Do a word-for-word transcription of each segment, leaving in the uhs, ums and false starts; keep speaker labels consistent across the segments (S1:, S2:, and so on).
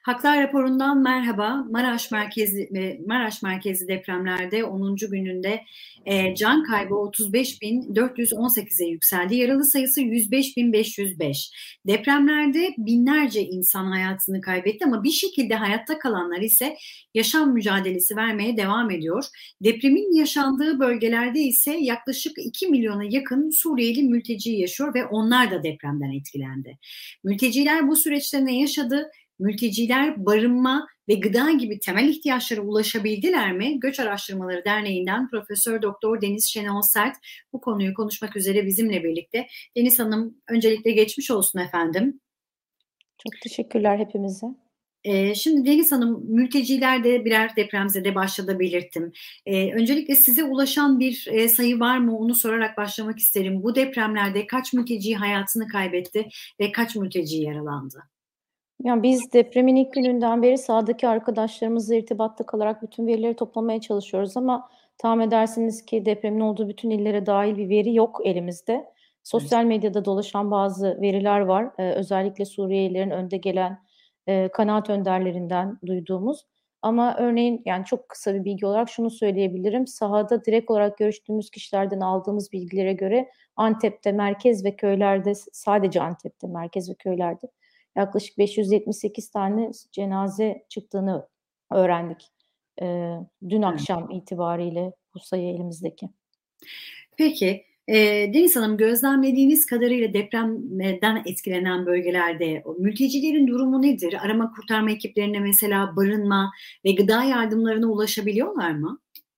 S1: Haklar raporundan merhaba. Maraş merkezli e, Maraş merkezli depremlerde onuncu gününde e, can kaybı otuz beş bin dört yüz on sekize yükseldi. Yaralı sayısı yüz beş bin beş yüz beş. Depremlerde binlerce insan hayatını kaybetti ama bir şekilde hayatta kalanlar ise yaşam mücadelesi vermeye devam ediyor. Depremin yaşandığı bölgelerde ise yaklaşık iki milyona yakın Suriyeli mülteci yaşıyor ve onlar da depremden etkilendi. Mülteciler bu süreçte ne yaşadı? Mülteciler barınma ve gıda gibi temel ihtiyaçlara ulaşabildiler mi? Göç Araştırmaları Derneği'nden Profesör Doktor Deniz Şenol Sert bu konuyu konuşmak üzere bizimle birlikte. Deniz Hanım, öncelikle geçmiş olsun efendim.
S2: Çok teşekkürler hepimize.
S1: Ee, şimdi Deniz Hanım, mülteciler de birer depremzede başladı belirttim. Ee, öncelikle size ulaşan bir e, sayı var mı onu sorarak başlamak isterim. Bu depremlerde kaç mülteci hayatını kaybetti ve kaç mülteci yaralandı?
S2: Yani biz depremin ilk gününden beri sahadaki arkadaşlarımızla irtibatta kalarak bütün verileri toplamaya çalışıyoruz ama tahmin edersiniz ki depremin olduğu bütün illere dahil bir veri yok elimizde. Sosyal medyada dolaşan bazı veriler var. Ee, özellikle Suriyelilerin önde gelen e, kanaat önderlerinden duyduğumuz. Ama örneğin yani çok kısa bir bilgi olarak şunu söyleyebilirim. Sahada direkt olarak görüştüğümüz kişilerden aldığımız bilgilere göre Antep'te, merkez ve köylerde, sadece Antep'te, merkez ve köylerde yaklaşık beş yüz yetmiş sekiz tane cenaze çıktığını öğrendik. Ee, dün akşam itibariyle bu sayı elimizdeki.
S1: Peki, e, Deniz Hanım, gözlemlediğiniz kadarıyla depremden etkilenen bölgelerde o mültecilerin durumu nedir? Arama kurtarma ekiplerine mesela barınma ve gıda yardımlarına ulaşabiliyorlar mı?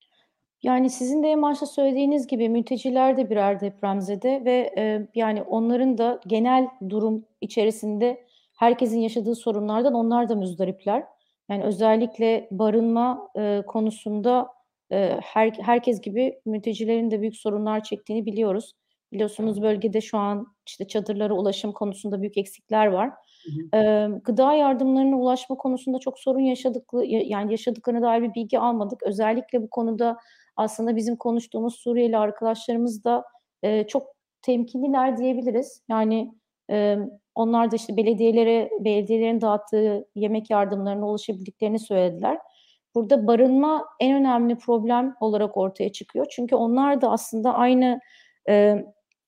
S2: Yani sizin de en başta söylediğiniz gibi mülteciler de birer depremzede ve e, yani onların da genel durum içerisinde herkesin yaşadığı sorunlardan onlar da müzdaripler. Yani özellikle barınma e, konusunda e, her, herkes gibi mültecilerin de büyük sorunlar çektiğini biliyoruz. Biliyorsunuz bölgede şu an işte çadırlara ulaşım konusunda büyük eksikler var.
S1: Hı hı.
S2: E, gıda yardımlarına ulaşma konusunda çok sorun yaşadıkları yani yaşadıklarına dair bir bilgi almadık. Özellikle bu konuda aslında bizim konuştuğumuz Suriyeli arkadaşlarımız da e, çok temkinliler diyebiliriz. Yani e, onlar da işte belediyelere, belediyelerin dağıttığı yemek yardımlarına ulaşabildiklerini söylediler. Burada barınma en önemli problem olarak ortaya çıkıyor. Çünkü onlar da aslında aynı e,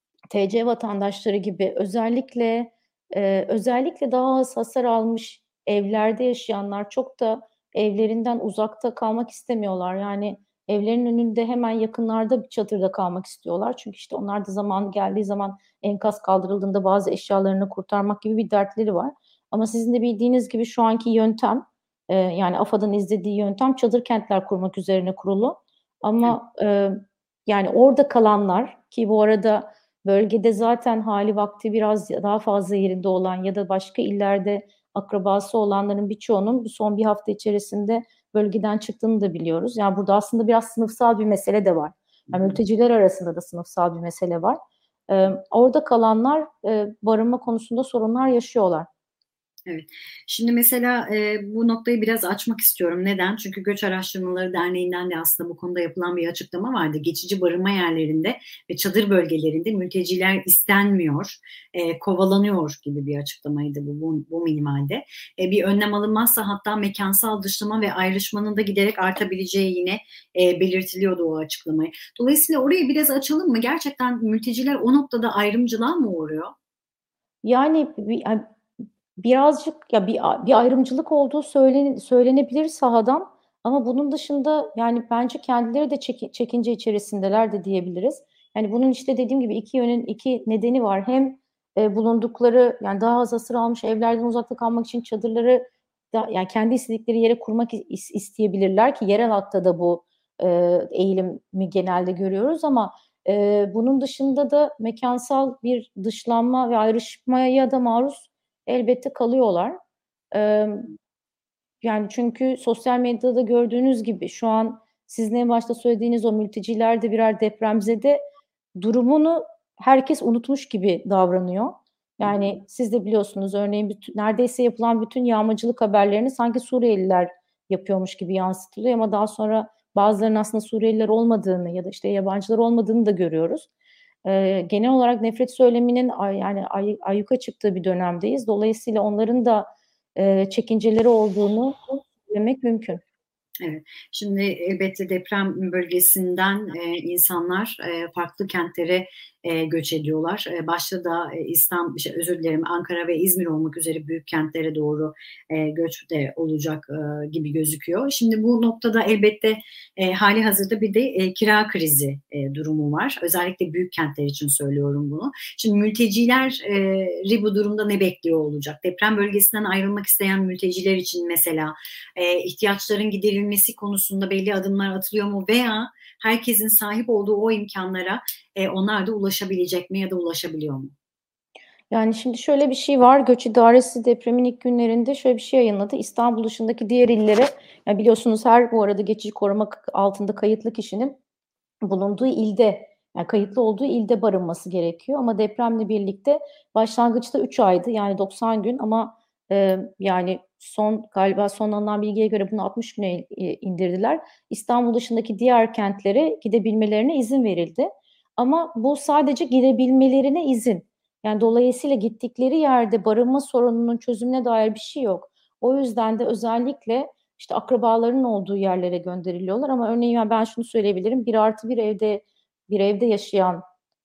S2: T C vatandaşları gibi özellikle e, özellikle daha az hasar almış evlerde yaşayanlar çok da evlerinden uzakta kalmak istemiyorlar. Yani evlerin önünde hemen yakınlarda bir çadırda kalmak istiyorlar. Çünkü işte onlar da zaman geldiği zaman enkaz kaldırıldığında bazı eşyalarını kurtarmak gibi bir dertleri var. Ama sizin de bildiğiniz gibi şu anki yöntem e, yani AFAD'ın izlediği yöntem çadır kentler kurmak üzerine kurulu. Ama e, yani orada kalanlar ki bu arada bölgede zaten hali vakti biraz daha fazla yerinde olan ya da başka illerde akrabası olanların birçoğunun bu son bir hafta içerisinde bölgeden çıktığını da biliyoruz. Yani burada aslında biraz sınıfsal bir mesele de var. Yani mülteciler arasında da sınıfsal bir mesele var. Ee, orada kalanlar e, barınma konusunda sorunlar yaşıyorlar.
S1: Evet. Şimdi mesela e, bu noktayı biraz açmak istiyorum. Neden? Çünkü Göç Araştırmaları Derneği'nden de aslında bu konuda yapılan bir açıklama vardı. Geçici barınma yerlerinde ve çadır bölgelerinde mülteciler istenmiyor, e, kovalanıyor gibi bir açıklamaydı bu, bu, bu minimalde. E, bir önlem alınmazsa hatta mekansal dışlama ve ayrışmanın da giderek artabileceği yine e, belirtiliyordu o açıklamayı. Dolayısıyla orayı biraz açalım mı? Gerçekten mülteciler o noktada ayrımcılığa mı uğruyor?
S2: Yani bir, birazcık ya bir, bir ayrımcılık olduğu söylen, söylenebilir sahadan ama bunun dışında yani bence kendileri de çek, çekince içerisindeler de diyebiliriz. Yani bunun işte dediğim gibi iki yönün iki nedeni var. Hem e, bulundukları yani daha az hasar almış evlerden uzakta kalmak için çadırları da, yani kendi istedikleri yere kurmak is, isteyebilirler ki yerel halkta da bu e, eğilimi genelde görüyoruz ama e, bunun dışında da mekansal bir dışlanma ve ayrışmaya da maruz elbette kalıyorlar. Ee, yani çünkü sosyal medyada gördüğünüz gibi şu an sizin en başta söylediğiniz o mülteciler de birer depremzede durumunu herkes unutmuş gibi davranıyor. Yani siz de biliyorsunuz örneğin bütün, neredeyse yapılan bütün yağmacılık haberlerini sanki Suriyeliler yapıyormuş gibi yansıtılıyor ama daha sonra bazılarının aslında Suriyeliler olmadığını ya da işte yabancılar olmadığını da görüyoruz. Ee, genel olarak nefret söyleminin yani ay, ayyuka çıktığı bir dönemdeyiz. Dolayısıyla onların da e, çekinceleri olduğunu söylemek mümkün.
S1: Evet. Şimdi elbette deprem bölgesinden e, insanlar e, farklı kentlere e, göç ediyorlar. E, başta da e, İstanbul, şey, özür dilerim, Ankara ve İzmir olmak üzere büyük kentlere doğru e, göç de olacak e, gibi gözüküyor. Şimdi bu noktada elbette e, hali hazırda bir de e, kira krizi e, durumu var. Özellikle büyük kentler için söylüyorum bunu. Şimdi mültecileri bu durumda ne bekliyor olacak? Deprem bölgesinden ayrılmak isteyen mülteciler için mesela e, ihtiyaçların giderilmesi konusunda belli adımlar atılıyor mu veya herkesin sahip olduğu o imkanlara e, onlar da ulaşabilecek mi ya da ulaşabiliyor mu?
S2: Yani şimdi şöyle bir şey var. Göç İdaresi depremin ilk günlerinde şöyle bir şey yayınladı. İstanbul dışındaki diğer illere, yani biliyorsunuz her bu arada geçici koruma altında kayıtlı kişinin bulunduğu ilde, yani kayıtlı olduğu ilde barınması gerekiyor. Ama depremle birlikte başlangıçta üç aydı, yani doksan gün, ama e, yani son galiba son alınan bilgiye göre bunu altmış güne e, indirdiler. İstanbul dışındaki diğer kentlere gidebilmelerine izin verildi. Ama bu sadece gidebilmelerine izin. Yani dolayısıyla gittikleri yerde barınma sorununun çözümüne dair bir şey yok. O yüzden de özellikle işte akrabalarının olduğu yerlere gönderiliyorlar. Ama örneğin ben şunu söyleyebilirim. Bir artı bir evde bir evde yaşayan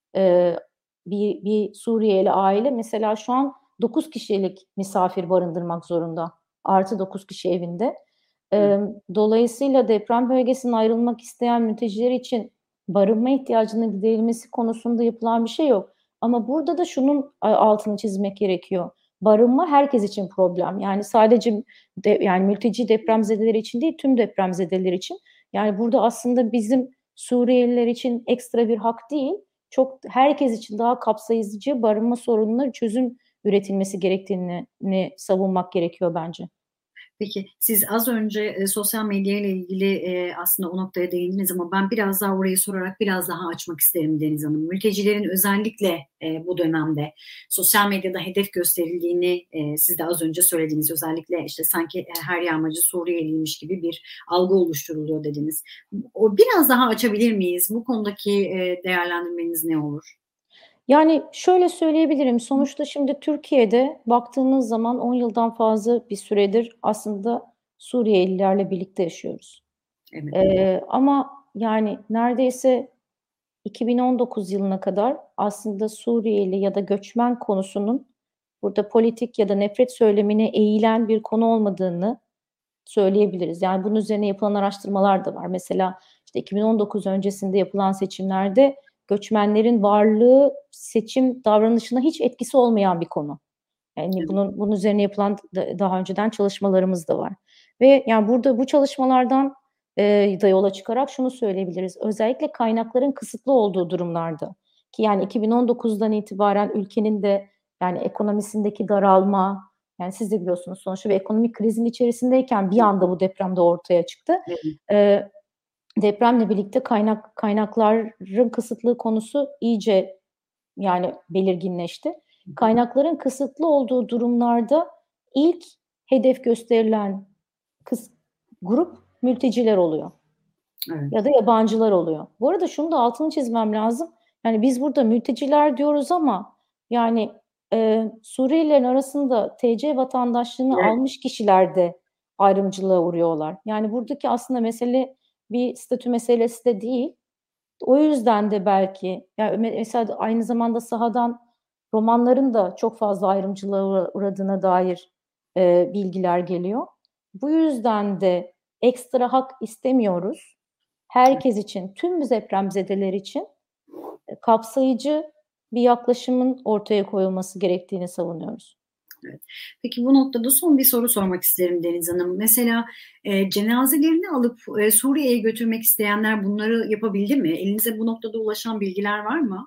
S2: e, bir, bir Suriyeli aile mesela şu an dokuz kişilik misafir barındırmak zorunda. Artı dokuz kişi evinde. E, dolayısıyla deprem bölgesinden ayrılmak isteyen mülteciler için barınma ihtiyacının giderilmesi konusunda yapılan bir şey yok. Ama burada da şunun altını çizmek gerekiyor. Barınma herkes için problem. Yani sadece de, yani mülteci depremzedeler için değil, tüm depremzedeler için. Yani burada aslında bizim Suriyeliler için ekstra bir hak değil, çok herkes için daha kapsayıcı barınma sorununa çözüm üretilmesi gerektiğini savunmak gerekiyor bence.
S1: Peki siz az önce e, sosyal medya ile ilgili e, aslında o noktaya değindiniz ama ben biraz daha orayı sorarak biraz daha açmak isterim Deniz Hanım. Mültecilerin özellikle e, bu dönemde sosyal medyada hedef gösterildiğini e, siz de az önce söylediniz. Özellikle işte sanki e, her yağmacı Suriyeliymiş gibi bir algı oluşturuluyor dediniz. O biraz daha açabilir miyiz? Bu konudaki e, değerlendirmeniz ne olur?
S2: Yani şöyle söyleyebilirim. Sonuçta şimdi Türkiye'de baktığınız zaman on yıldan fazla bir süredir aslında Suriyelilerle birlikte yaşıyoruz.
S1: Evet.
S2: Ee, ama yani neredeyse iki bin on dokuz yılına kadar aslında Suriyeli ya da göçmen konusunun burada politik ya da nefret söylemine eğilen bir konu olmadığını söyleyebiliriz. Yani bunun üzerine yapılan araştırmalar da var. Mesela işte iki bin on dokuz öncesinde yapılan seçimlerde göçmenlerin varlığı seçim davranışına hiç etkisi olmayan bir konu. Yani bunun bunun üzerine yapılan daha önceden çalışmalarımız da var. Ve yani burada bu çalışmalardan e, da yola çıkarak şunu söyleyebiliriz. Özellikle kaynakların kısıtlı olduğu durumlarda ki yani iki bin on dokuzdan itibaren ülkenin de yani ekonomisindeki daralma, yani siz de biliyorsunuz sonuçta bir ekonomik krizin içerisindeyken bir anda bu deprem de ortaya çıktı.
S1: Evet.
S2: E, depremle birlikte kaynak kaynakların kısıtlığı konusu iyice yani belirginleşti. Kaynakların kısıtlı olduğu durumlarda ilk hedef gösterilen kıs grup mülteciler oluyor.
S1: Evet.
S2: Ya da yabancılar oluyor. Bu arada şunu da altını çizmem lazım. Yani biz burada mülteciler diyoruz ama yani e, Suriyelilerin arasında T C vatandaşlığını
S1: Evet.
S2: almış kişiler de ayrımcılığa uğruyorlar. Yani buradaki aslında mesele bir statü meselesi de değil. O yüzden de belki yani mesela aynı zamanda sahadan romanların da çok fazla ayrımcılığa uğradığına dair e, bilgiler geliyor. Bu yüzden de ekstra hak istemiyoruz. Herkes için, tüm depremzedeler için e, kapsayıcı bir yaklaşımın ortaya koyulması gerektiğini savunuyoruz.
S1: Evet. Peki bu noktada son bir soru sormak isterim Deniz Hanım. Mesela e, cenazelerini alıp e, Suriye'ye götürmek isteyenler bunları yapabildi mi? Elinize bu noktada ulaşan bilgiler var mı?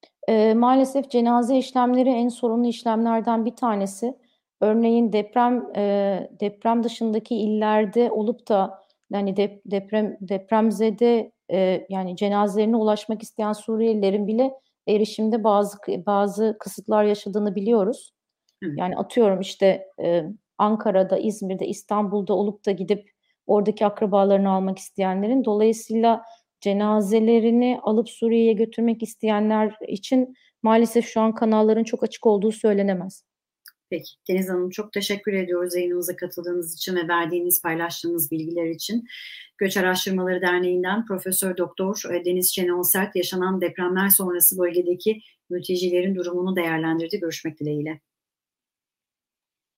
S2: E, maalesef cenaze işlemleri en sorunlu işlemlerden bir tanesi. Örneğin deprem e, deprem dışındaki illerde olup da yani dep deprem depremzede e, yani cenazelerine ulaşmak isteyen Suriyelilerin bile erişimde bazı bazı kısıtlar yaşadığını biliyoruz.
S1: Evet.
S2: Yani atıyorum işte e, Ankara'da, İzmir'de, İstanbul'da olup da gidip oradaki akrabalarını almak isteyenlerin dolayısıyla cenazelerini alıp Suriye'ye götürmek isteyenler için maalesef şu an kanalların çok açık olduğu söylenemez.
S1: Peki Deniz Hanım, çok teşekkür ediyoruz yayınımıza katıldığınız için ve verdiğiniz, paylaştığınız bilgiler için. Göç Araştırmaları Derneği'nden Profesör Doktor Deniz Şenol Sert yaşanan depremler sonrası bölgedeki mültecilerin durumunu değerlendirdi. Görüşmek dileğiyle.